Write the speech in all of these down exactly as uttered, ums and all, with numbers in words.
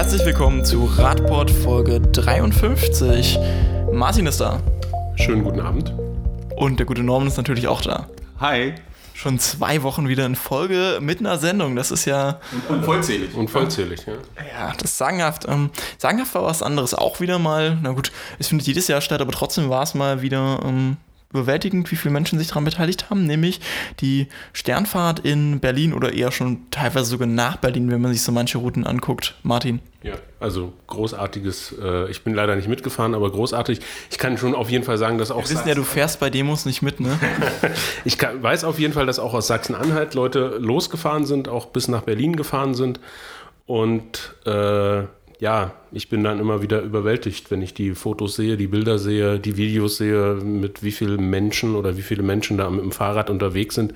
Herzlich willkommen zu Radport Folge dreiundfünfzig. Martin ist da. Schönen guten Abend. Und der gute Norman ist natürlich auch da. Hi. Schon zwei Wochen wieder in Folge mit einer Sendung. Das ist ja... Und, und vollzählig. Und vollzählig, ja. Ja, das ist sagenhaft. Ähm, sagenhaft war was anderes auch wieder mal. Na gut, es findet jedes Jahr statt, aber trotzdem war es mal wieder... Ähm, überwältigend, wie viele Menschen sich daran beteiligt haben, nämlich die Sternfahrt in Berlin oder eher schon teilweise sogar nach Berlin, wenn man sich so manche Routen anguckt. Martin? Ja, also großartiges, äh, ich bin leider nicht mitgefahren, aber großartig. Ich kann schon auf jeden Fall sagen, dass auch... Wir wissen ja, du fährst bei Demos nicht mit, ne? Ich kann, weiß auf jeden Fall, dass auch aus Sachsen-Anhalt Leute losgefahren sind, auch bis nach Berlin gefahren sind und äh, ja, ich bin dann immer wieder überwältigt, wenn ich die Fotos sehe, die Bilder sehe, die Videos sehe, mit wie vielen Menschen oder wie viele Menschen da mit dem Fahrrad unterwegs sind.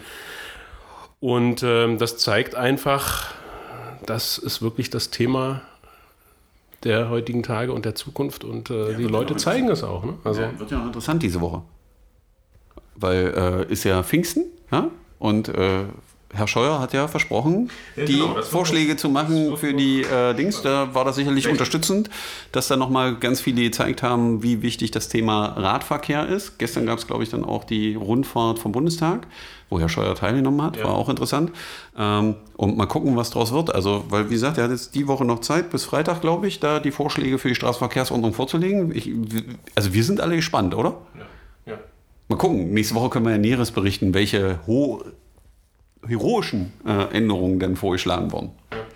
Und ähm, das zeigt einfach, das ist wirklich das Thema der heutigen Tage und der Zukunft. Und äh, ja, die Leute zeigen es auch. Ne? Also, ja, wird ja noch interessant diese Woche. Weil äh, ist ja Pfingsten, ja? Und äh, Herr Scheuer hat ja versprochen, ja, die genau, Vorschläge das, zu machen für die äh, Dings. Da war das sicherlich Richtig. unterstützend, dass da nochmal ganz viele gezeigt haben, wie wichtig das Thema Radverkehr ist. Gestern gab es, glaube ich, dann auch die Rundfahrt vom Bundestag, wo Herr Scheuer teilgenommen hat. Ja. War auch interessant. Ähm, und mal gucken, was draus wird. Also, weil, wie gesagt, er hat jetzt die Woche noch Zeit, bis Freitag, glaube ich, da die Vorschläge für die Straßenverkehrsordnung vorzulegen. Ich, also, wir sind alle gespannt, oder? Ja. Ja. Mal gucken. Nächste Woche können wir ja Näheres berichten, welche hohe heroischen äh, Änderungen denn vorgeschlagen worden.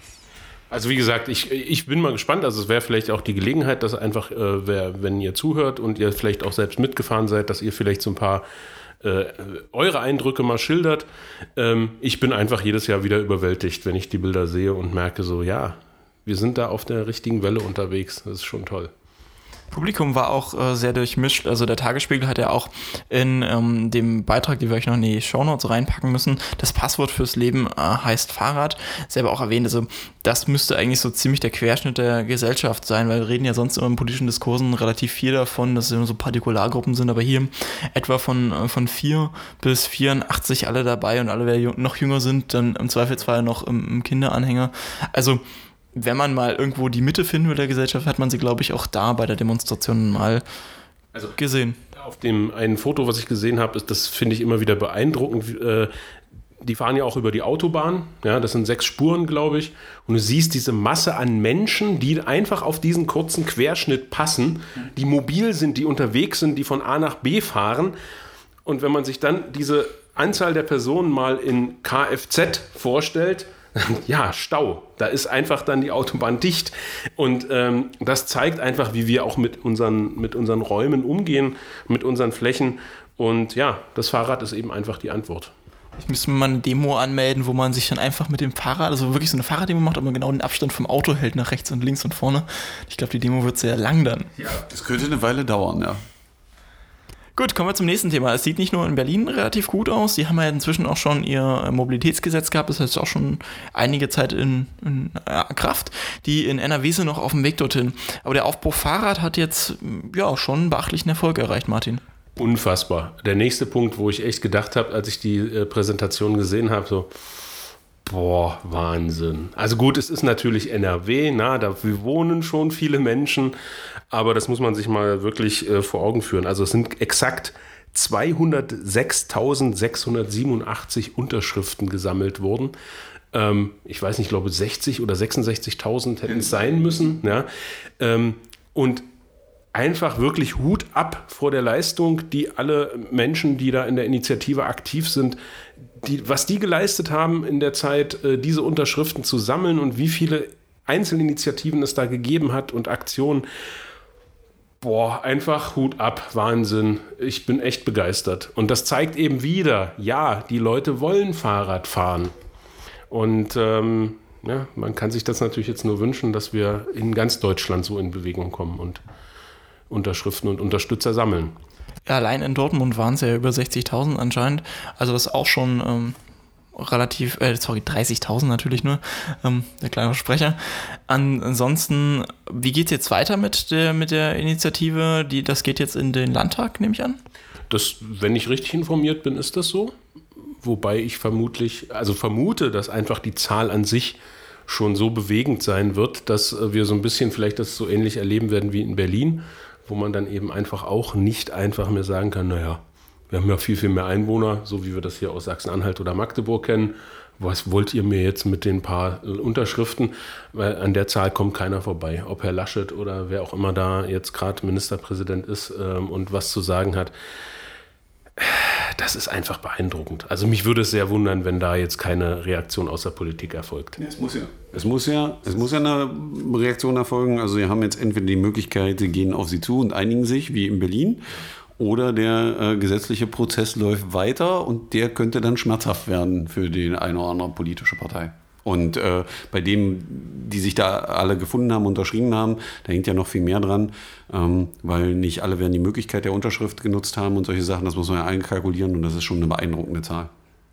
Also wie gesagt, ich, ich bin mal gespannt. Also es wäre vielleicht auch die Gelegenheit, dass einfach, äh, wer, wenn ihr zuhört und ihr vielleicht auch selbst mitgefahren seid, dass ihr vielleicht so ein paar äh, eure Eindrücke mal schildert. Ähm, ich bin einfach jedes Jahr wieder überwältigt, wenn ich die Bilder sehe und merke so, ja, wir sind da auf der richtigen Welle unterwegs. Das ist schon toll. Publikum war auch äh, sehr durchmischt. Also der Tagesspiegel hat ja auch in ähm, dem Beitrag, den wir euch noch in die Shownotes reinpacken müssen, das Passwort fürs Leben äh, heißt Fahrrad, selber auch erwähnt. Also das müsste eigentlich so ziemlich der Querschnitt der Gesellschaft sein, weil wir reden ja sonst immer in politischen Diskursen relativ viel davon, dass es immer so Partikulargruppen sind, aber hier etwa von, äh, von vier bis vierundachtzig alle dabei und alle, wer noch jünger sind, dann im Zweifelsfall noch im, im Kinderanhänger. Also wenn man mal irgendwo die Mitte finden will der Gesellschaft, hat man sie, glaube ich, auch da bei der Demonstration mal also gesehen. Auf dem einen Foto, was ich gesehen habe, ist, das finde ich immer wieder beeindruckend. Äh, die fahren ja auch über die Autobahn. Ja, das sind sechs Spuren, glaube ich. Und du siehst diese Masse an Menschen, die einfach auf diesen kurzen Querschnitt passen, die mobil sind, die unterwegs sind, die von A nach B fahren. Und wenn man sich dann diese Anzahl der Personen mal in Kfz vorstellt, ja, Stau. Da ist einfach dann die Autobahn dicht. Und ähm, das zeigt einfach, wie wir auch mit unseren, mit unseren Räumen umgehen, mit unseren Flächen. Und ja, das Fahrrad ist eben einfach die Antwort. Ich müsste mal eine Demo anmelden, wo man sich dann einfach mit dem Fahrrad, also wirklich so eine Fahrraddemo macht, aber genau den Abstand vom Auto hält nach rechts und links und vorne. Ich glaube, die Demo wird sehr lang dann. Ja, das könnte eine Weile dauern, ja. Gut, kommen wir zum nächsten Thema. Es sieht nicht nur in Berlin relativ gut aus, die haben ja inzwischen auch schon ihr Mobilitätsgesetz gehabt, das heißt auch schon einige Zeit in, in ja, Kraft. Die in N R W sind noch auf dem Weg dorthin. Aber der Aufbruch Fahrrad hat jetzt ja schon einen beachtlichen Erfolg erreicht, Martin. Unfassbar. Der nächste Punkt, wo ich echt gedacht habe, als ich die äh, Präsentation gesehen habe, so boah, Wahnsinn. Also gut, es ist natürlich N R W, na, da wohnen schon viele Menschen, aber das muss man sich mal wirklich äh, vor Augen führen. Also es sind exakt zweihundertsechstausendsechshundertsiebenundachtzig Unterschriften gesammelt worden. Ähm, ich weiß nicht, ich glaube sechzig oder sechsundsechzigtausend hätten es sein müssen. Ja? Ähm, und einfach wirklich Hut ab vor der Leistung, die alle Menschen, die da in der Initiative aktiv sind, die, was die geleistet haben in der Zeit, äh, diese Unterschriften zu sammeln und wie viele Einzelinitiativen es da gegeben hat und Aktionen. Boah, einfach Hut ab, Wahnsinn. Ich bin echt begeistert. Und das zeigt eben wieder, ja, die Leute wollen Fahrrad fahren. Und ähm, ja, man kann sich das natürlich jetzt nur wünschen, dass wir in ganz Deutschland so in Bewegung kommen und Unterschriften und Unterstützer sammeln. Ja, allein in Dortmund waren es ja über sechzigtausend anscheinend. Also das ist auch schon ähm, relativ, äh, sorry, dreißigtausend natürlich nur, ähm, der kleine Sprecher. An, ansonsten, wie geht es jetzt weiter mit der, mit der Initiative? Die, das geht jetzt in den Landtag, nehme ich an? Das, wenn ich richtig informiert bin, ist das so. Wobei ich vermutlich, also vermute, dass einfach die Zahl an sich schon so bewegend sein wird, dass wir so ein bisschen vielleicht das so ähnlich erleben werden wie in Berlin, wo man dann eben einfach auch nicht einfach mehr sagen kann, naja, wir haben ja viel, viel mehr Einwohner, so wie wir das hier aus Sachsen-Anhalt oder Magdeburg kennen. Was wollt ihr mir jetzt mit den paar Unterschriften? Weil an der Zahl kommt keiner vorbei. Ob Herr Laschet oder wer auch immer da jetzt gerade Ministerpräsident ist ähm, und was zu sagen hat. Das ist einfach beeindruckend. Also mich würde es sehr wundern, wenn da jetzt keine Reaktion aus der Politik erfolgt. Ja, es muss ja. Es muss ja, es muss ja eine Reaktion erfolgen. Also wir haben jetzt entweder die Möglichkeit, sie gehen auf sie zu und einigen sich, wie in Berlin, oder der äh, gesetzliche Prozess läuft weiter und der könnte dann schmerzhaft werden für die eine oder andere politische Partei. Und äh, bei denen, die sich da alle gefunden haben, unterschrieben haben, da hängt ja noch viel mehr dran, ähm, weil nicht alle werden die Möglichkeit der Unterschrift genutzt haben und solche Sachen, das muss man ja einkalkulieren und das ist schon eine beeindruckende Zahl.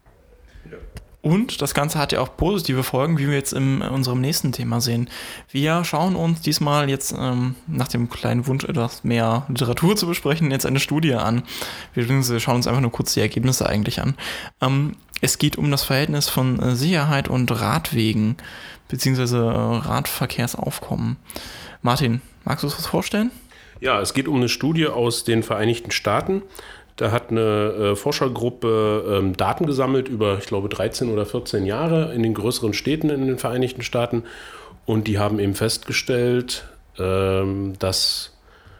Und das Ganze hat ja auch positive Folgen, wie wir jetzt in unserem nächsten Thema sehen. Wir schauen uns diesmal jetzt ähm, nach dem kleinen Wunsch, etwas mehr Literatur zu besprechen, jetzt eine Studie an. Wir schauen uns einfach nur kurz die Ergebnisse eigentlich an. Ähm, es geht um das Verhältnis von äh, Sicherheit und Radwegen, beziehungsweise äh, Radverkehrsaufkommen. Martin, magst du uns was vorstellen? Ja, es geht um eine Studie aus den Vereinigten Staaten. Da hat eine äh, Forschergruppe ähm, Daten gesammelt über, ich glaube, dreizehn oder vierzehn Jahre in den größeren Städten in den Vereinigten Staaten. Und die haben eben festgestellt, ähm, dass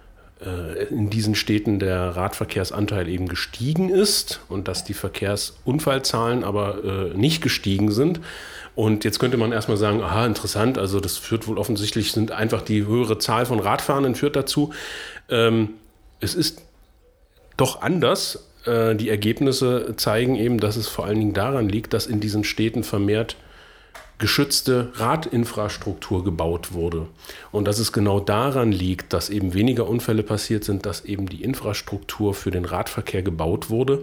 äh, in diesen Städten der Radverkehrsanteil eben gestiegen ist und dass die Verkehrsunfallzahlen aber äh, nicht gestiegen sind. Und jetzt könnte man erstmal sagen, aha, interessant, also das führt wohl offensichtlich, sind einfach die höhere Zahl von Radfahrenden führt dazu. Ähm, es ist doch anders. Äh, die Ergebnisse zeigen eben, dass es vor allen Dingen daran liegt, dass in diesen Städten vermehrt geschützte Radinfrastruktur gebaut wurde. Und dass es genau daran liegt, dass eben weniger Unfälle passiert sind, dass eben die Infrastruktur für den Radverkehr gebaut wurde.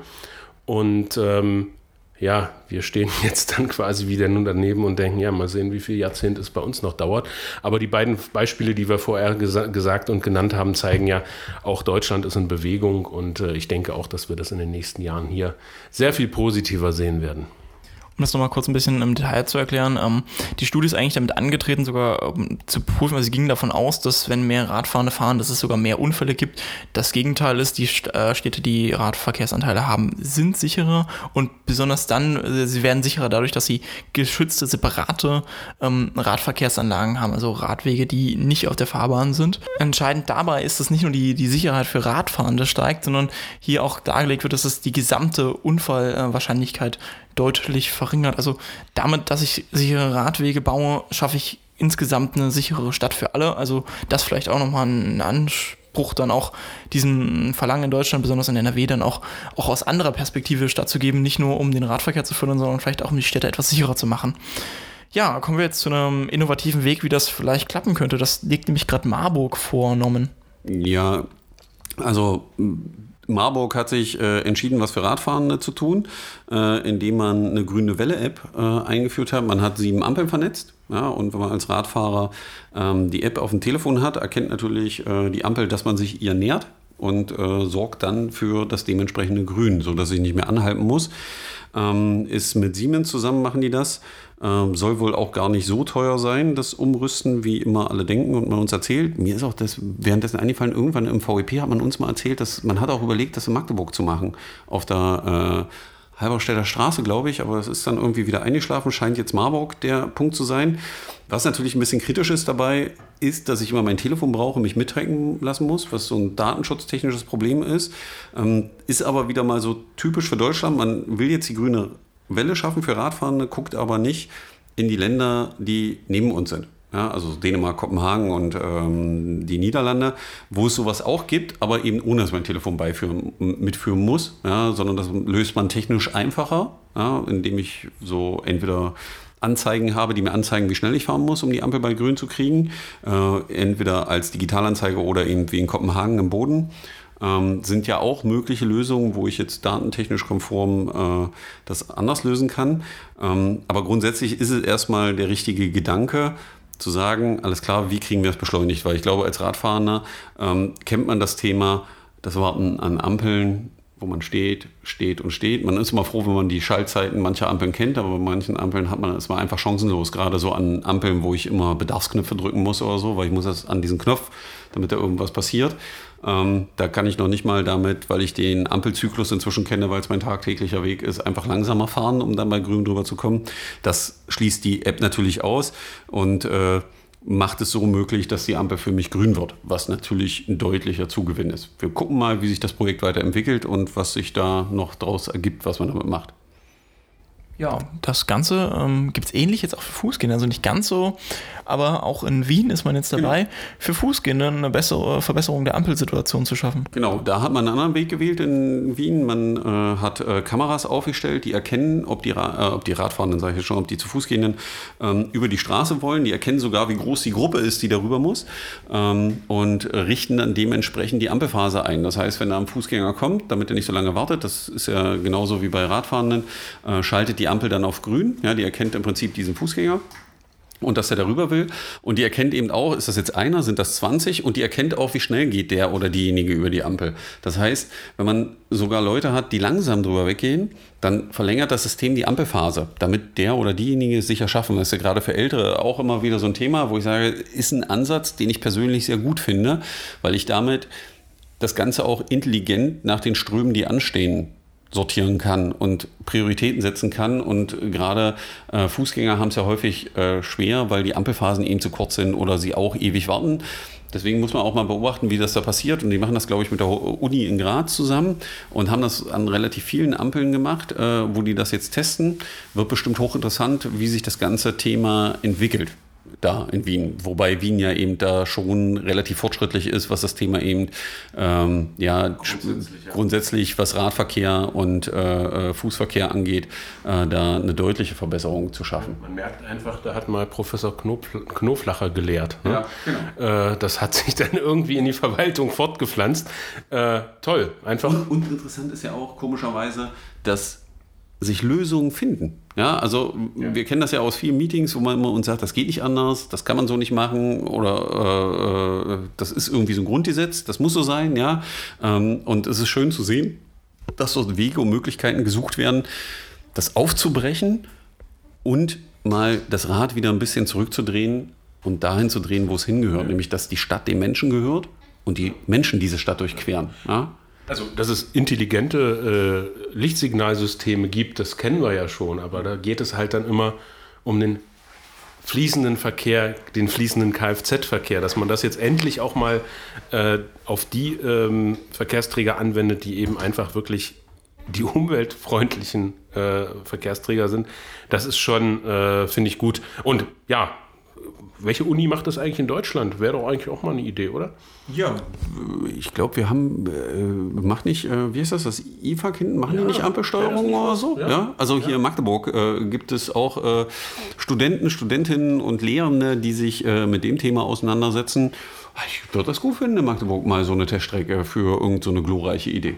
Und ähm, ja, wir stehen jetzt dann quasi wieder nur daneben und denken, ja, mal sehen, wie viel Jahrzehnt es bei uns noch dauert. Aber die beiden Beispiele, die wir vorher gesa- gesagt und genannt haben, zeigen ja, auch Deutschland ist in Bewegung und äh, ich denke auch, dass wir das in den nächsten Jahren hier sehr viel positiver sehen werden. Um das nochmal kurz ein bisschen im Detail zu erklären, ähm, die Studie ist eigentlich damit angetreten, sogar ähm, zu prüfen, weil sie gingen davon aus, dass wenn mehr Radfahrende fahren, dass es sogar mehr Unfälle gibt. Das Gegenteil ist, die St- äh, Städte, die Radverkehrsanteile haben, sind sicherer und besonders dann, äh, sie werden sicherer dadurch, dass sie geschützte, separate ähm, Radverkehrsanlagen haben, also Radwege, die nicht auf der Fahrbahn sind. Entscheidend dabei ist, dass nicht nur die, die Sicherheit für Radfahrende steigt, sondern hier auch dargelegt wird, dass es die gesamte Unfallwahrscheinlichkeit deutlich verringert. Also damit, dass ich sichere Radwege baue, schaffe ich insgesamt eine sichere Stadt für alle. Also das vielleicht auch nochmal ein Anspruch, dann auch diesen Verlangen in Deutschland, besonders in N R W, dann auch, auch aus anderer Perspektive stattzugeben, nicht nur um den Radverkehr zu fördern, sondern vielleicht auch um die Städte etwas sicherer zu machen. Ja, kommen wir jetzt zu einem innovativen Weg, wie das vielleicht klappen könnte. Das legt nämlich gerade Marburg vor, Norman. Ja, also Marburg hat sich äh, entschieden, was für Radfahrende zu tun, äh, indem man eine grüne Welle-App äh, eingeführt hat. Man hat sieben Ampeln vernetzt. Ja, und wenn man als Radfahrer ähm, die App auf dem Telefon hat, erkennt natürlich äh, die Ampel, dass man sich ihr nähert und äh, sorgt dann für das dementsprechende Grün, sodass ich nicht mehr anhalten muss. Ähm, ist mit Siemens zusammen, machen die das. Ähm, soll wohl auch gar nicht so teuer sein, das Umrüsten, wie immer alle denken und man uns erzählt. Mir ist auch das währenddessen eingefallen, irgendwann im V E P hat man uns mal erzählt, dass man hat auch überlegt, das in Magdeburg zu machen. Auf der äh, Halberstädter Straße, glaube ich, aber es ist dann irgendwie wieder eingeschlafen, scheint jetzt Marburg der Punkt zu sein. Was natürlich ein bisschen kritisch ist dabei, ist, dass ich immer mein Telefon brauche und mich mittracken lassen muss, was so ein datenschutztechnisches Problem ist. Ähm, ist aber wieder mal so typisch für Deutschland. Man will jetzt die grüne Welle schaffen für Radfahrende, guckt aber nicht in die Länder, die neben uns sind. Ja, also Dänemark, Kopenhagen und ähm, die Niederlande, wo es sowas auch gibt, aber eben ohne, dass man ein Telefon beiführen, mitführen muss, ja, sondern das löst man technisch einfacher, ja, indem ich so entweder Anzeigen habe, die mir anzeigen, wie schnell ich fahren muss, um die Ampel bei grün zu kriegen, äh, entweder als Digitalanzeige oder eben wie in Kopenhagen im Boden. Ähm, sind ja auch mögliche Lösungen, wo ich jetzt datentechnisch konform äh, das anders lösen kann. Ähm, aber grundsätzlich ist es erstmal der richtige Gedanke, zu sagen, alles klar, wie kriegen wir das beschleunigt? Weil ich glaube, als Radfahrender ähm, kennt man das Thema, das Warten an Ampeln wo man steht, steht und steht. Man ist immer froh, wenn man die Schaltzeiten mancher Ampeln kennt, aber bei manchen Ampeln hat man, ist man einfach chancenlos. Gerade so an Ampeln, wo ich immer Bedarfsknöpfe drücken muss oder so, weil ich muss das an diesen Knopf, damit da irgendwas passiert. Ähm, da kann ich noch nicht mal damit, weil ich den Ampelzyklus inzwischen kenne, weil es mein tagtäglicher Weg ist, einfach langsamer fahren, um dann bei grün drüber zu kommen. Das schließt die App natürlich aus und äh, macht es so möglich, dass die Ampel für mich grün wird, was natürlich ein deutlicher Zugewinn ist. Wir gucken mal, wie sich das Projekt weiterentwickelt und was sich da noch daraus ergibt, was man damit macht. Ja, das Ganze ähm, gibt es ähnlich jetzt auch für Fußgänger, also nicht ganz so, aber auch in Wien ist man jetzt dabei, genau. für Fußgänger eine bessere Verbesserung der Ampelsituation zu schaffen. Genau, da hat man einen anderen Weg gewählt in Wien. Man äh, hat äh, Kameras aufgestellt, die erkennen, ob die, Ra- äh, ob die Radfahrenden, sage ich jetzt schon, ob die zu Fußgehenden ähm, über die Straße wollen. Die erkennen sogar, wie groß die Gruppe ist, die darüber muss ähm, und richten dann dementsprechend die Ampelphase ein. Das heißt, wenn da ein Fußgänger kommt, damit er nicht so lange wartet, das ist ja genauso wie bei Radfahrenden, äh, schaltet die Die Ampel dann auf grün, ja, die erkennt im Prinzip diesen Fußgänger und dass er darüber will und die erkennt eben auch, ist das jetzt einer, sind das zwanzig und die erkennt auch, wie schnell geht der oder diejenige über die Ampel. Das heißt, wenn man sogar Leute hat, die langsam drüber weggehen, dann verlängert das System die Ampelphase, damit der oder diejenige es sicher schaffen. Das ist ja gerade für Ältere auch immer wieder so ein Thema, wo ich sage, ist ein Ansatz, den ich persönlich sehr gut finde, weil ich damit das Ganze auch intelligent nach den Strömen, die anstehen, sortieren kann und Prioritäten setzen kann. Und gerade äh, Fußgänger haben es ja häufig äh, schwer, weil die Ampelphasen eben zu kurz sind oder sie auch ewig warten. Deswegen muss man auch mal beobachten, wie das da passiert. Und die machen das, glaube ich, mit der Uni in Graz zusammen und haben das an relativ vielen Ampeln gemacht, äh, wo die das jetzt testen. Wird bestimmt hochinteressant, wie sich das ganze Thema entwickelt da in Wien. Wobei Wien ja eben da schon relativ fortschrittlich ist, was das Thema eben ähm, ja, grundsätzlich, ja. grundsätzlich, was Radverkehr und äh, Fußverkehr angeht, äh, da eine deutliche Verbesserung zu schaffen. Man merkt einfach, da hat mal Professor Knopf- Knoflacher gelehrt. Ne? Ja, genau. äh, das hat sich dann irgendwie in die Verwaltung fortgepflanzt. Äh, toll, einfach. Und, und interessant ist ja auch komischerweise, dass sich Lösungen finden. Ja, also ja. wir kennen das ja aus vielen Meetings, wo man immer uns sagt, das geht nicht anders, das kann man so nicht machen oder äh, das ist irgendwie so ein Grundgesetz, das muss so sein, ja. Ähm, und es ist schön zu sehen, dass dort Wege und Möglichkeiten gesucht werden, das aufzubrechen und mal das Rad wieder ein bisschen zurückzudrehen und dahin zu drehen, wo es hingehört, ja. nämlich dass die Stadt den Menschen gehört und die Menschen diese Stadt durchqueren. Ja. Also, dass es intelligente äh, Lichtsignalsysteme gibt, das kennen wir ja schon, aber da geht es halt dann immer um den fließenden Verkehr, den fließenden Kfz-Verkehr, dass man das jetzt endlich auch mal äh, auf die ähm, Verkehrsträger anwendet, die eben einfach wirklich die umweltfreundlichen äh, Verkehrsträger sind. Das ist schon, äh, finde ich, gut. Und ja, welche Uni macht das eigentlich in Deutschland? Wäre doch eigentlich auch mal eine Idee, oder? Ja, ich glaube, wir haben, äh, macht nicht, äh, wie ist das, das I F A K hinten, machen ja, die nicht Ampelsteuerung nicht oder so? Ja. Ja? Also hier ja. in Magdeburg äh, gibt es auch äh, Studenten, Studentinnen und Lehrende, die sich äh, mit dem Thema auseinandersetzen. Ich würde das gut finden, in Magdeburg mal so eine Teststrecke für irgend so eine glorreiche Idee.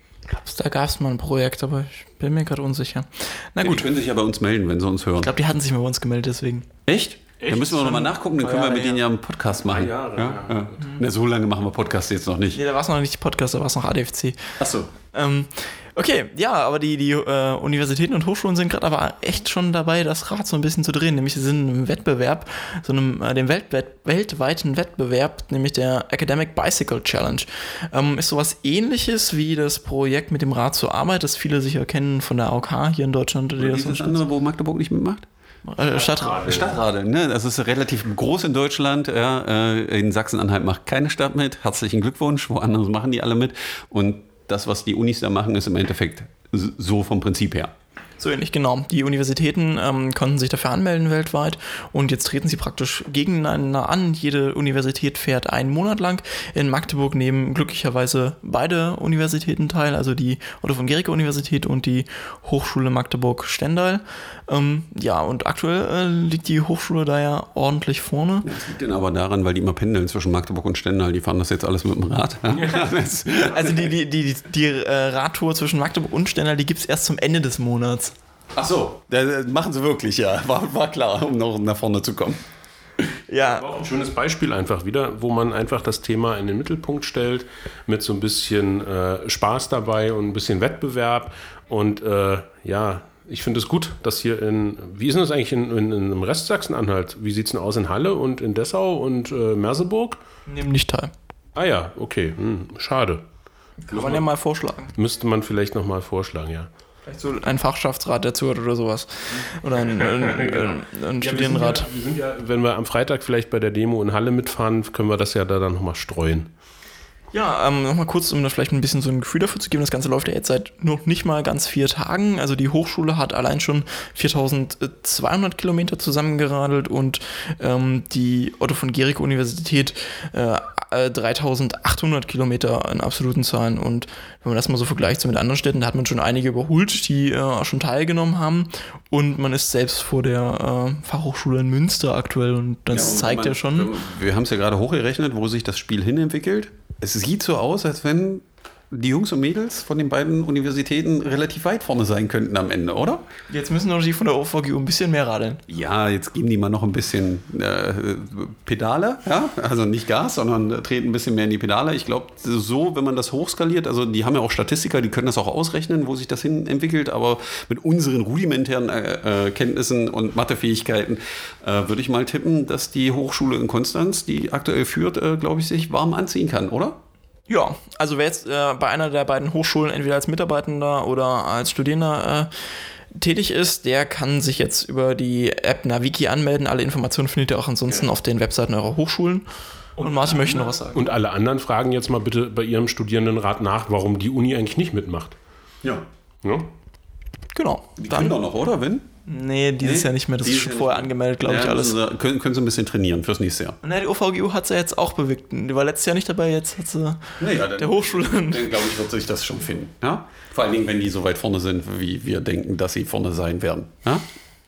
Da gab es mal ein Projekt, aber ich bin mir gerade unsicher. Na gut. Die können sich ja bei uns melden, wenn sie uns hören. Ich glaube, die hatten sich mal bei uns gemeldet, deswegen. Echt? Echt? Dann müssen wir nochmal nachgucken, dann können wir mit denen ja einen Podcast machen. Jahre, ja? Ja. Ja. Na, so lange machen wir Podcast jetzt noch nicht. Nee, da war es noch nicht Podcast, da war es noch A D F C. Ach so. Ähm, okay, ja, aber die, die äh, Universitäten und Hochschulen sind gerade aber echt schon dabei, das Rad so ein bisschen zu drehen. Nämlich sie sind im Wettbewerb, so einem äh, dem Welt, weltweiten Wettbewerb, nämlich der Academic Bicycle Challenge. Ähm, ist sowas ähnliches wie das Projekt mit dem Rad zur Arbeit, das viele sicher kennen von der A O K hier in Deutschland. Oder das das andere, wo Magdeburg nicht mitmacht? Stadtrade. Stadtrade, ne? Das ist relativ groß in Deutschland. Ja. In Sachsen-Anhalt macht keine Stadt mit. Herzlichen Glückwunsch. Woanders machen die alle mit. Und das, was die Unis da machen, ist im Endeffekt so vom Prinzip her. So ähnlich, genau. Die Universitäten ähm, konnten sich dafür anmelden weltweit und jetzt treten sie praktisch gegeneinander an. Jede Universität fährt einen Monat lang. In Magdeburg nehmen glücklicherweise beide Universitäten teil, also die Otto von Guericke Universität und die Hochschule Magdeburg-Stendal. Ähm, ja, und aktuell äh, liegt die Hochschule da ja ordentlich vorne. Das liegt denn aber daran, weil die immer pendeln zwischen Magdeburg und Stendal. Die fahren das jetzt alles mit dem Rad. Also die, die, die, die äh, Radtour zwischen Magdeburg und Stendal, die gibt es erst zum Ende des Monats. Ach so, das machen sie wirklich, ja. War, war klar, um noch nach vorne zu kommen. Ja. Auch ein schönes Beispiel einfach wieder, wo man einfach das Thema in den Mittelpunkt stellt, mit so ein bisschen äh, Spaß dabei und ein bisschen Wettbewerb. Und äh, ja, ich finde es gut, dass hier in, wie ist denn das eigentlich in, in, in im Rest Sachsen-Anhalt? Wie sieht es denn aus in Halle und in Dessau und äh, Merseburg? Nehmen nicht teil. Ah ja, okay, hm, schade. Kann man ja mal vorschlagen. Müsste man vielleicht nochmal vorschlagen, ja. Vielleicht so ein Fachschaftsrat dazu hat oder sowas. Oder ein, ein, ein, ein Ja, Studienrat. Wir sind, ja, wir sind ja, wenn wir am Freitag vielleicht bei der Demo in Halle mitfahren, können wir das ja da dann nochmal streuen. Ja, ähm, nochmal kurz, um da vielleicht ein bisschen so ein Gefühl dafür zu geben. Das Ganze läuft ja jetzt seit noch nicht mal ganz vier Tagen. Also die Hochschule hat allein schon viertausendzweihundert Kilometer zusammengeradelt und ähm, die Otto von Guericke Universität äh, dreitausendachthundert Kilometer in absoluten Zahlen. Und wenn man das mal so vergleicht so mit anderen Städten, da hat man schon einige überholt, die äh, schon teilgenommen haben. Und man ist selbst vor der äh, Fachhochschule in Münster aktuell. Und das Ja, und zeigt man, ja schon. Wir haben es ja gerade hochgerechnet, wo sich das Spiel hin entwickelt. Es sieht so aus, als wenn die Jungs und Mädels von den beiden Universitäten relativ weit vorne sein könnten am Ende, oder? Jetzt müssen doch die von der O V G U ein bisschen mehr radeln. Ja, jetzt geben die mal noch ein bisschen äh, Pedale, ja, also nicht Gas, sondern treten ein bisschen mehr in die Pedale. Ich glaube, so, wenn man das hochskaliert, also die haben ja auch Statistiker, die können das auch ausrechnen, wo sich das hin entwickelt, aber mit unseren rudimentären äh, Kenntnissen und Mathefähigkeiten äh, würde ich mal tippen, dass die Hochschule in Konstanz, die aktuell führt, äh, glaube ich, sich warm anziehen kann, oder? Ja, also wer jetzt äh, bei einer der beiden Hochschulen entweder als Mitarbeitender oder als Studierender äh, tätig ist, der kann sich jetzt über die App Naviki anmelden. Alle Informationen findet ihr auch ansonsten ja. auf den Webseiten eurer Hochschulen. Und, und Martin möchte noch was sagen. Und alle anderen fragen jetzt mal bitte bei ihrem Studierendenrat nach, warum die Uni eigentlich nicht mitmacht. Ja. Ja? Genau. Die Dann, können doch noch, oder, Wenn? Nee, dieses Nee, Jahr nicht mehr. Das ist schon vorher angemeldet, glaube ja, ich, alles. Sie, können, können Sie ein bisschen trainieren fürs nächste Jahr. Na, die O V G U hat sie ja jetzt auch bewegt. Die war letztes Jahr nicht dabei, jetzt hat sie Naja, dann, der Hochschule. Dann glaube ich, wird sich das schon finden. Ja? Vor allen Dingen, wenn die so weit vorne sind, wie wir denken, dass sie vorne sein werden. Ja?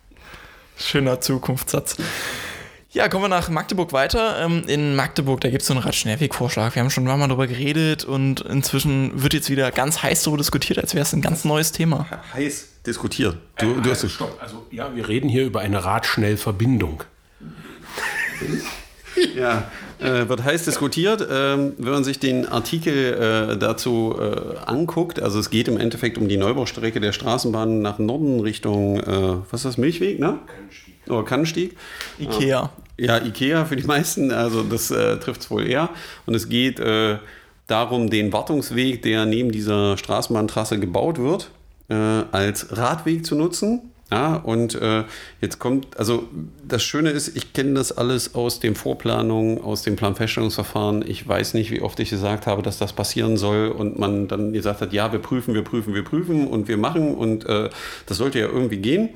Schöner Zukunftssatz. Ja, kommen wir nach Magdeburg weiter. In Magdeburg, da gibt es so einen Radschnellwegvorschlag. Wir haben schon mal darüber geredet und inzwischen wird jetzt wieder ganz heiß darüber diskutiert, als wäre es ein ganz neues Thema. Heiß diskutiert. Du, äh, du hast stopp. Also, ja, wir reden hier über eine Radschnellverbindung. Ja, äh, wird heiß diskutiert. Ähm, wenn man sich den Artikel äh, dazu äh, anguckt, also es geht im Endeffekt um die Neubaustrecke der Straßenbahn nach Norden Richtung, äh, was ist das, Milchweg, ne? Kannenstieg. Oh, Kannenstieg. Ikea. Ja, Ikea für die meisten, also das äh, trifft es wohl eher. Und es geht äh, darum, den Wartungsweg, der neben dieser Straßenbahntrasse gebaut wird, äh, als Radweg zu nutzen. Ja, und äh, jetzt kommt, also das Schöne ist, ich kenne das alles aus den Vorplanungen, aus dem Planfeststellungsverfahren. Ich weiß nicht, wie oft ich gesagt habe, dass das passieren soll und man dann gesagt hat, ja, wir prüfen, wir prüfen, wir prüfen und wir machen und äh, das sollte ja irgendwie gehen.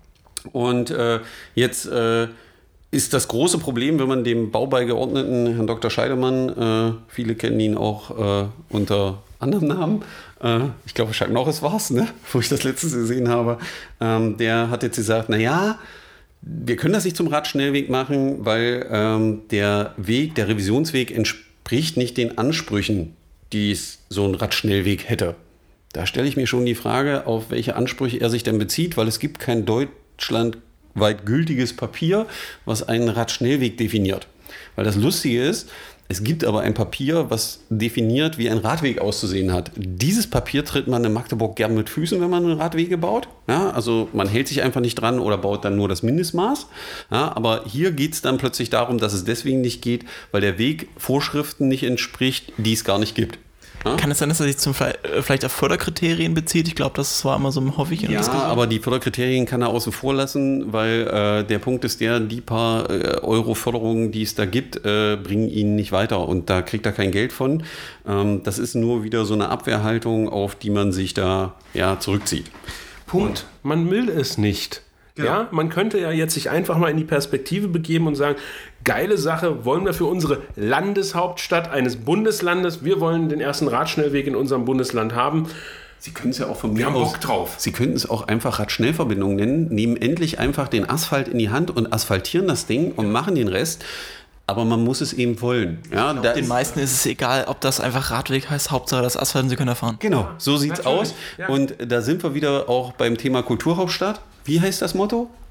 Und äh, jetzt äh, ist das große Problem, wenn man dem Baubeigeordneten, Herrn Doktor Scheidemann, äh, viele kennen ihn auch äh, unter anderem Namen, äh, ich glaube, Jacques Norris war es, ne? Wo ich das letztens gesehen habe, ähm, der hat jetzt gesagt, naja, wir können das nicht zum Radschnellweg machen, weil ähm, der Weg, der Revisionsweg entspricht nicht den Ansprüchen, die es so ein Radschnellweg hätte. Da stelle ich mir schon die Frage, auf welche Ansprüche er sich denn bezieht, weil es gibt kein deutschlandweit gültiges Papier, was einen Radschnellweg definiert. Weil das Lustige ist, es gibt aber ein Papier, was definiert, wie ein Radweg auszusehen hat. Dieses Papier tritt man in Magdeburg gern mit Füßen, wenn man Radwege baut. Ja, also man hält sich einfach nicht dran oder baut dann nur das Mindestmaß. Ja, aber hier geht es dann plötzlich darum, dass es deswegen nicht geht, weil der Weg Vorschriften nicht entspricht, die es gar nicht gibt. Ja? Kann es sein, dass er sich zum vielleicht auf Förderkriterien bezieht? Ich glaube, das war immer so ein häufig in der Ja, Diskussion. aber die Förderkriterien kann er außen vor lassen, weil äh, der Punkt ist der, die paar äh, Euro-Förderungen, die es da gibt, äh, bringen ihn nicht weiter und da kriegt er kein Geld von. Ähm, das ist nur wieder so eine Abwehrhaltung, auf die man sich da ja, zurückzieht. Punkt. Man will es nicht. Genau. Ja, man könnte ja jetzt sich einfach mal in die Perspektive begeben und sagen, geile Sache, wollen wir für unsere Landeshauptstadt eines Bundeslandes, wir wollen den ersten Radschnellweg in unserem Bundesland haben. Sie können es ja auch von mir Wir haben aus, Bock drauf. Sie könnten es auch einfach Radschnellverbindung nennen, nehmen endlich einfach den Asphalt in die Hand und asphaltieren das Ding und machen den Rest. Aber man muss es eben wollen. Ja, Ich glaub, da den ist, meisten ist es egal, ob das einfach Radweg heißt, Hauptsache das Asphalt und sie können erfahren. Genau, so sieht's Natürlich, aus. ja. Und da sind wir wieder auch beim Thema Kulturhauptstadt. Wie heißt das Motto?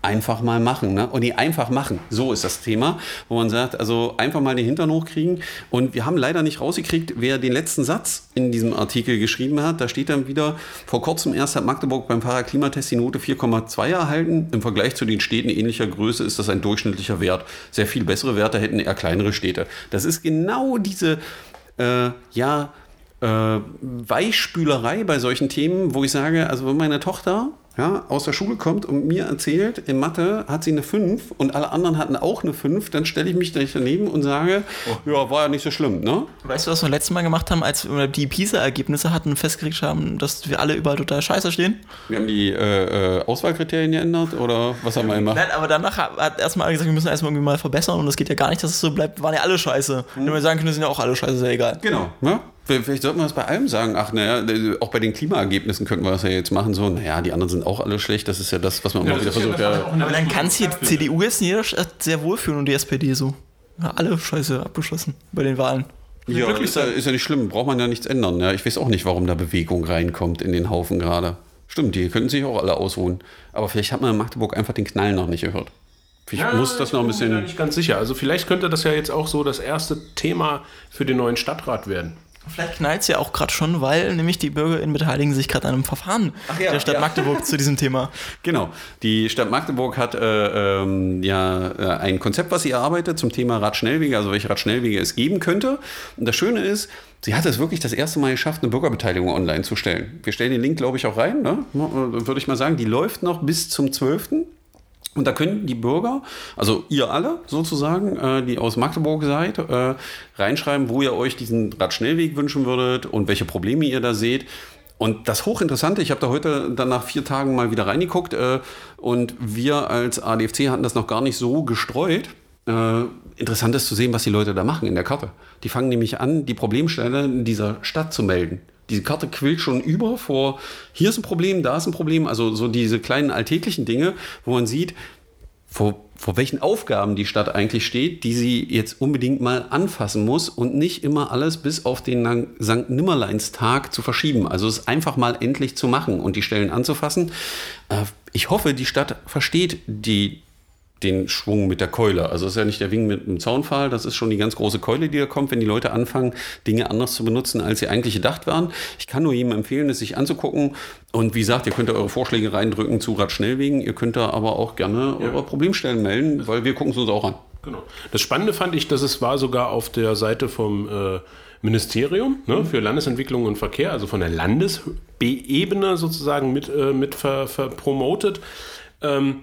einfach mal machen. Ne? Und die einfach machen, so ist das Thema, wo man sagt, also einfach mal den Hintern hochkriegen. Und wir haben leider nicht rausgekriegt, wer den letzten Satz in diesem Artikel geschrieben hat. Da steht dann wieder, vor kurzem erst hat Magdeburg beim Fahrradklimatest die Note vier Komma zwei erhalten. Im Vergleich zu den Städten ähnlicher Größe ist das ein durchschnittlicher Wert. Sehr viel bessere Werte hätten eher kleinere Städte. Das ist genau diese, äh, ja, äh, Weichspülerei bei solchen Themen, wo ich sage, also wenn meine Tochter ja, aus der Schule kommt und mir erzählt, in Mathe hat sie eine fünf und alle anderen hatten auch eine fünf, dann stelle ich mich daneben und sage, oh. ja, war ja nicht so schlimm, ne? Weißt du, was wir letztes Mal gemacht haben, als wir die PISA-Ergebnisse hatten und festgelegt haben, dass wir alle überall total scheiße stehen? Wir haben die äh, äh, Auswahlkriterien geändert oder was haben wir gemacht? Nein, aber danach hat erstmal alle gesagt, wir müssen erstmal irgendwie mal verbessern und es geht ja gar nicht, dass es so bleibt, wir waren ja alle scheiße. Hm. Wenn wir sagen können, sind ja auch alle scheiße, ist ja egal. Genau, ne? Vielleicht sollten wir das bei allem sagen. Ach, naja, auch bei den Klimaergebnissen könnten wir das ja jetzt machen. So, naja, die anderen sind auch alle schlecht. Das ist ja das, was man immer ja, wieder versucht. Ja, ja. Aber dann kann sich die C D U jetzt in jeder Stadt sehr wohlfühlen und die S P D so. Ja, alle scheiße abgeschlossen bei den Wahlen. Ja, ist ja, ist ja nicht schlimm. Braucht man ja nichts ändern. Ja, ich weiß auch nicht, warum da Bewegung reinkommt in den Haufen gerade. Stimmt, die könnten sich auch alle ausruhen. Aber vielleicht hat man in Magdeburg einfach den Knall noch nicht gehört. Ich ja, muss das noch ein bisschen. Ich bin mir nicht ganz sicher. Also vielleicht könnte das ja jetzt auch so das erste Thema für den neuen Stadtrat werden. Vielleicht knallt es ja auch gerade schon, weil nämlich die BürgerInnen beteiligen sich gerade an einem Verfahren ja, der Stadt ja. Magdeburg zu diesem Thema. Genau. Die Stadt Magdeburg hat äh, ähm, ja ein Konzept, was sie erarbeitet zum Thema Radschnellwege, also welche Radschnellwege es geben könnte. Und das Schöne ist, sie hat es wirklich das erste Mal geschafft, eine Bürgerbeteiligung online zu stellen. Wir stellen den Link, glaube ich, auch rein. Ne? Würde ich mal sagen, die läuft noch bis zum zwölften Und da können die Bürger, also ihr alle sozusagen, äh, die aus Magdeburg seid, äh, reinschreiben, wo ihr euch diesen Radschnellweg wünschen würdet und welche Probleme ihr da seht. Und das Hochinteressante, ich habe da heute dann nach vier Tagen mal wieder reingeguckt äh, und wir als A D F C hatten das noch gar nicht so gestreut. Äh, interessant ist zu sehen, was die Leute da machen in der Karte. Die fangen nämlich an, die Problemstelle in dieser Stadt zu melden. Diese Karte quillt schon über vor, hier ist ein Problem, da ist ein Problem. Also so diese kleinen alltäglichen Dinge, wo man sieht, vor, vor welchen Aufgaben die Stadt eigentlich steht, die sie jetzt unbedingt mal anfassen muss und nicht immer alles bis auf den Sankt Nimmerleinstag zu verschieben. Also es einfach mal endlich zu machen und die Stellen anzufassen. Ich hoffe, die Stadt versteht die den Schwung mit der Keule. Also es ist ja nicht der Wing mit dem Zaunpfahl, das ist schon die ganz große Keule, die da kommt, wenn die Leute anfangen, Dinge anders zu benutzen, als sie eigentlich gedacht waren. Ich kann nur jedem empfehlen, es sich anzugucken. Und wie gesagt, ihr könnt eure Vorschläge reindrücken zu Radschnellwegen. Ihr könnt da aber auch gerne ja. eure Problemstellen melden, weil wir gucken es uns auch an. Genau. Das Spannende fand ich, dass es war sogar auf der Seite vom äh, Ministerium ne, für Landesentwicklung und Verkehr, also von der Landesebene sozusagen mit, äh, mit ver, ver promotet. Ähm,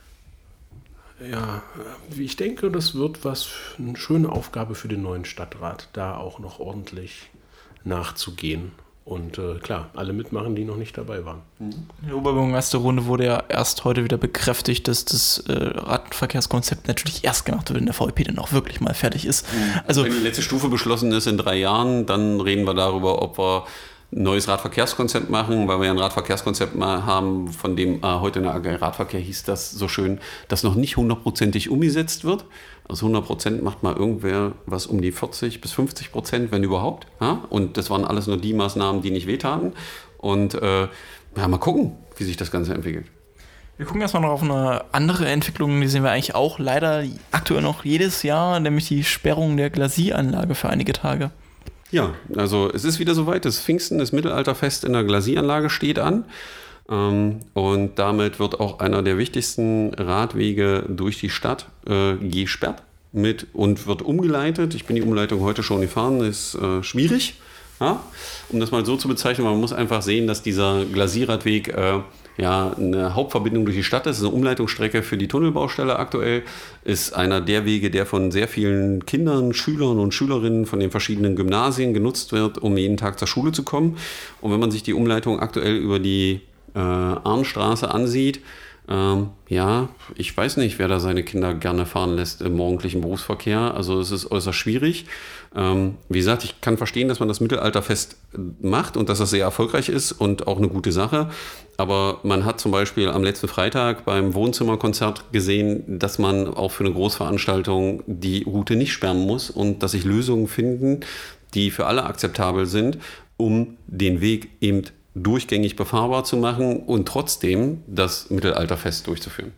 Ja, ich denke, das wird was eine schöne Aufgabe für den neuen Stadtrat, da auch noch ordentlich nachzugehen. Und äh, klar, alle mitmachen, die noch nicht dabei waren. In der Oberbürgermeisterrunde wurde ja erst heute wieder bekräftigt, dass das äh, Radverkehrskonzept natürlich erst gemacht wird, wenn der V E P dann auch wirklich mal fertig ist. Mhm. Also, wenn die letzte Stufe beschlossen ist in drei Jahren, dann reden wir darüber, ob wir ein neues Radverkehrskonzept machen, weil wir ja ein Radverkehrskonzept mal haben, von dem äh, heute in der A G Radverkehr hieß das so schön, das noch nicht hundertprozentig umgesetzt wird. Also hundert Prozent macht mal irgendwer was um die vierzig bis fünfzig Prozent, wenn überhaupt. Ja? Und das waren alles nur die Maßnahmen, die nicht wehtaten. Und äh, ja, mal gucken, wie sich das Ganze entwickelt. Wir gucken erstmal noch auf eine andere Entwicklung, die sehen wir eigentlich auch leider aktuell noch jedes Jahr, nämlich die Sperrung der Glasieranlage für einige Tage. Ja, also es ist wieder soweit, das Pfingsten, das Mittelalterfest in der Glasieranlage steht an ähm, und damit wird auch einer der wichtigsten Radwege durch die Stadt äh, gesperrt mit und wird umgeleitet. Ich bin die Umleitung heute schon gefahren, ist äh, schwierig, ja? Um das mal so zu bezeichnen, man muss einfach sehen, dass dieser Glasierradweg äh, ja, eine Hauptverbindung durch die Stadt ist, eine Umleitungsstrecke für die Tunnelbaustelle aktuell, ist einer der Wege, der von sehr vielen Kindern, Schülern und Schülerinnen von den verschiedenen Gymnasien genutzt wird, um jeden Tag zur Schule zu kommen. Und wenn man sich die Umleitung aktuell über die äh, Arnstraße ansieht, ähm, ja, ich weiß nicht, wer da seine Kinder gerne fahren lässt im morgendlichen Berufsverkehr. Also es ist äußerst schwierig. Ähm, wie gesagt, ich kann verstehen, dass man das Mittelalterfest macht und dass das sehr erfolgreich ist und auch eine gute Sache. Aber man hat zum Beispiel am letzten Freitag beim Wohnzimmerkonzert gesehen, dass man auch für eine Großveranstaltung die Route nicht sperren muss und dass sich Lösungen finden, die für alle akzeptabel sind, um den Weg eben durchgängig befahrbar zu machen und trotzdem das Mittelalterfest durchzuführen.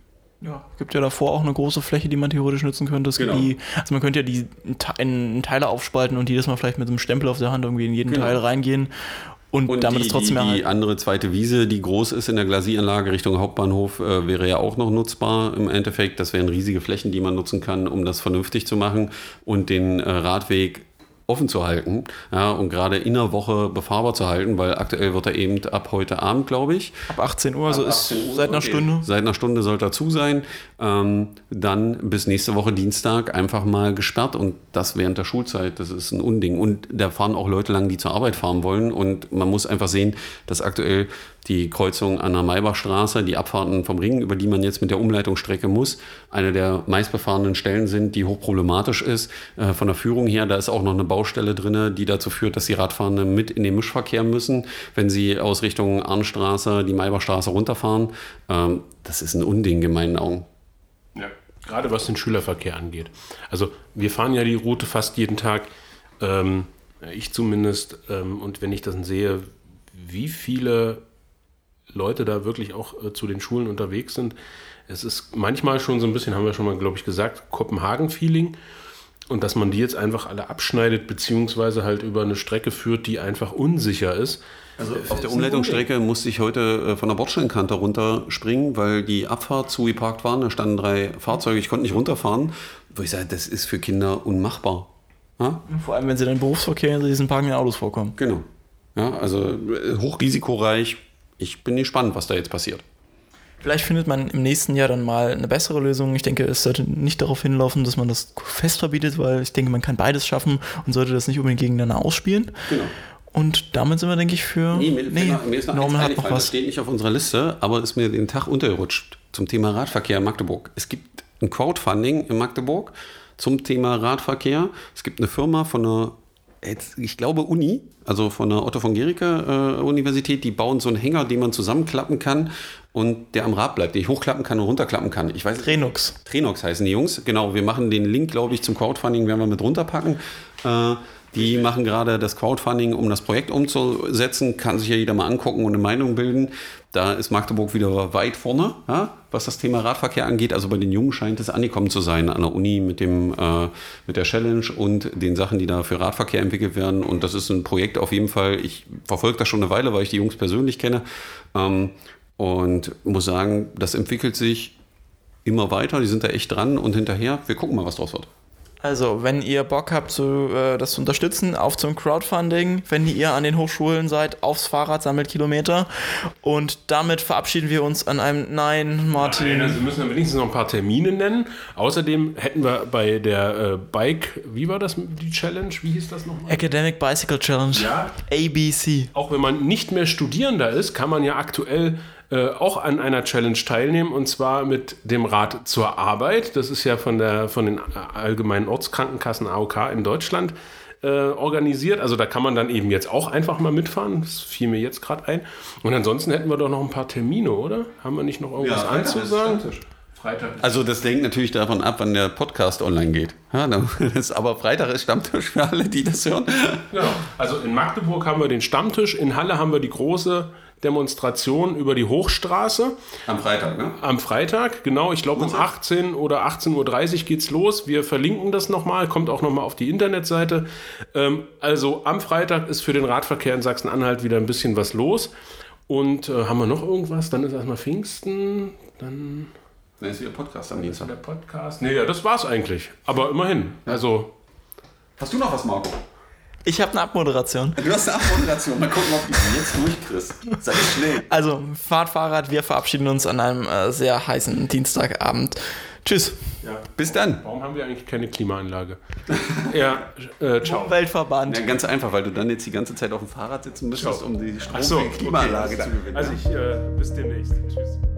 Ja, es gibt ja davor auch eine große Fläche, die man theoretisch nutzen könnte. Es Genau. die, also man könnte ja die in Teile aufspalten und jedes Mal vielleicht mit einem Stempel auf der Hand irgendwie in jeden Genau. Teil reingehen und, Und damit die, es trotzdem die, die erhalten. andere zweite Wiese, die groß ist in der Glasieranlage Richtung Hauptbahnhof, äh, wäre ja auch noch nutzbar im Endeffekt. Das wären riesige Flächen, die man nutzen kann, um das vernünftig zu machen und den äh, Radweg offen zu halten, ja, und gerade in der Woche befahrbar zu halten, weil aktuell wird er eben ab heute Abend, glaube ich, Ab achtzehn Uhr, also Ab ist achtzehn Uhr, seit einer okay. Stunde. Seit einer Stunde sollte er zu sein. Ähm, dann bis nächste Woche Dienstag einfach mal gesperrt und das während der Schulzeit. Das ist ein Unding. Und da fahren auch Leute lang, die zur Arbeit fahren wollen. Und man muss einfach sehen, dass aktuell die Kreuzung an der Maybachstraße, die Abfahrten vom Ring, über die man jetzt mit der Umleitungsstrecke muss, eine der meistbefahrenen Stellen sind, die hochproblematisch ist. Äh, von der Führung her, da ist auch noch eine Baustelle drin, die dazu führt, dass die Radfahrenden mit in den Mischverkehr müssen, wenn sie aus Richtung Arnstraße, die Maybachstraße runterfahren. Ähm, das ist ein Unding in meinen Augen. Ja, gerade was den Schülerverkehr angeht. Also wir fahren ja die Route fast jeden Tag, ähm, ich zumindest, ähm, und wenn ich das sehe, wie viele Leute da wirklich auch äh, zu den Schulen unterwegs sind, es ist manchmal schon so ein bisschen, haben wir schon mal, glaube ich, gesagt, Kopenhagen-Feeling und dass man die jetzt einfach alle abschneidet, beziehungsweise halt über eine Strecke führt, die einfach unsicher ist. Also auf der Umleitungsstrecke musste ich heute äh, von der Bordsteinkante runterspringen, weil die Abfahrt zugeparkt waren. Da standen drei Fahrzeuge, ich konnte nicht runterfahren. Wo ich sage, das ist für Kinder unmachbar. Ja? Vor allem, wenn sie dann im Berufsverkehr in diesen parkenden Autos vorkommen. Genau. Ja, also äh, hochrisikoreich. Ich bin gespannt, was da jetzt passiert. Vielleicht findet man im nächsten Jahr dann mal eine bessere Lösung. Ich denke, es sollte nicht darauf hinlaufen, dass man das fest verbietet, weil ich denke, man kann beides schaffen und sollte das nicht unbedingt gegeneinander ausspielen. Genau. Und damit sind wir, denke ich, für... Nee, mir, nee, mir ist noch Norman eins hat noch eingefallen, das was. steht nicht auf unserer Liste, aber ist mir den Tag untergerutscht zum Thema Radverkehr in Magdeburg. Es gibt ein Crowdfunding in Magdeburg zum Thema Radverkehr. Es gibt eine Firma von einer, jetzt, ich glaube, Uni, also von der Otto von Guericke äh, Universität, die bauen so einen Hänger, den man zusammenklappen kann und der am Rad bleibt, den ich hochklappen kann und runterklappen kann. Ich weiß, Trenux. Trenox heißen die Jungs. Genau, wir machen den Link, glaube ich, zum Crowdfunding, werden wir mit runterpacken. Äh, die machen gerade das Crowdfunding, um das Projekt umzusetzen. Kann sich ja jeder mal angucken und eine Meinung bilden. Da ist Magdeburg wieder weit vorne, ja, was das Thema Radverkehr angeht. Also bei den Jungen scheint es angekommen zu sein an der Uni mit, dem, äh, mit der Challenge und den Sachen, die da für Radverkehr entwickelt werden. Und das ist ein Projekt auf jeden Fall. Ich verfolge das schon eine Weile, weil ich die Jungs persönlich kenne. Ähm, und muss sagen, das entwickelt sich immer weiter. Die sind da echt dran und hinterher. Wir gucken mal, was draus wird. Also, wenn ihr Bock habt, zu, äh, das zu unterstützen, auf zum Crowdfunding. Wenn ihr an den Hochschulen seid, aufs Fahrrad sammelt Kilometer. Und damit verabschieden wir uns an einem... Nein, Martin. Nein, also wir müssen dann wenigstens noch ein paar Termine nennen. Außerdem hätten wir bei der äh, Bike, wie war das, die Challenge? Wie hieß das nochmal? Academic Bicycle Challenge. Ja. A B C. Auch wenn man nicht mehr Studierender ist, kann man ja aktuell äh, auch an einer Challenge teilnehmen, und zwar mit dem Rad zur Arbeit. Das ist ja von, der, von den allgemeinen Ortskrankenkassen A O K in Deutschland äh, organisiert. Also da kann man dann eben jetzt auch einfach mal mitfahren. Das fiel mir jetzt gerade ein. Und ansonsten hätten wir doch noch ein paar Termine, oder? Haben wir nicht noch irgendwas anzusagen? Freitag. Also das hängt natürlich davon ab, wann der Podcast online geht. Ja, das, aber Freitag ist Stammtisch für alle, die das hören. Genau. Also in Magdeburg haben wir den Stammtisch, in Halle haben wir die große Demonstration über die Hochstraße. Am Freitag, ne? Am Freitag, genau. Ich glaube um achtzehn oder achtzehn Uhr dreißig geht's los. Wir verlinken das nochmal, kommt auch nochmal auf die Internetseite. Ähm, also am Freitag ist für den Radverkehr in Sachsen-Anhalt wieder ein bisschen was los. Und äh, haben wir noch irgendwas? Dann ist erstmal Pfingsten, dann... Dann ist wieder Podcast am Dienstag. Der Podcast. Nee, ja, das war's eigentlich. Aber immerhin. Also. Hast du noch was, Marco? Ich habe eine Abmoderation. Du hast eine Abmoderation. Mal gucken, ob du die jetzt durchkriegst. Sei schnell. Also, fahrt Fahrrad, wir verabschieden uns an einem äh, sehr heißen Dienstagabend. Tschüss. Ja. Bis dann. Warum haben wir eigentlich keine Klimaanlage? Ja, äh, ciao. Umweltverband. Ja, ganz einfach, weil du dann jetzt die ganze Zeit auf dem Fahrrad sitzen müsstest, Ciao. um die Strom Ach so, für die Klimaanlage okay. zu gewinnen. Also ich, äh, bis demnächst. Tschüss.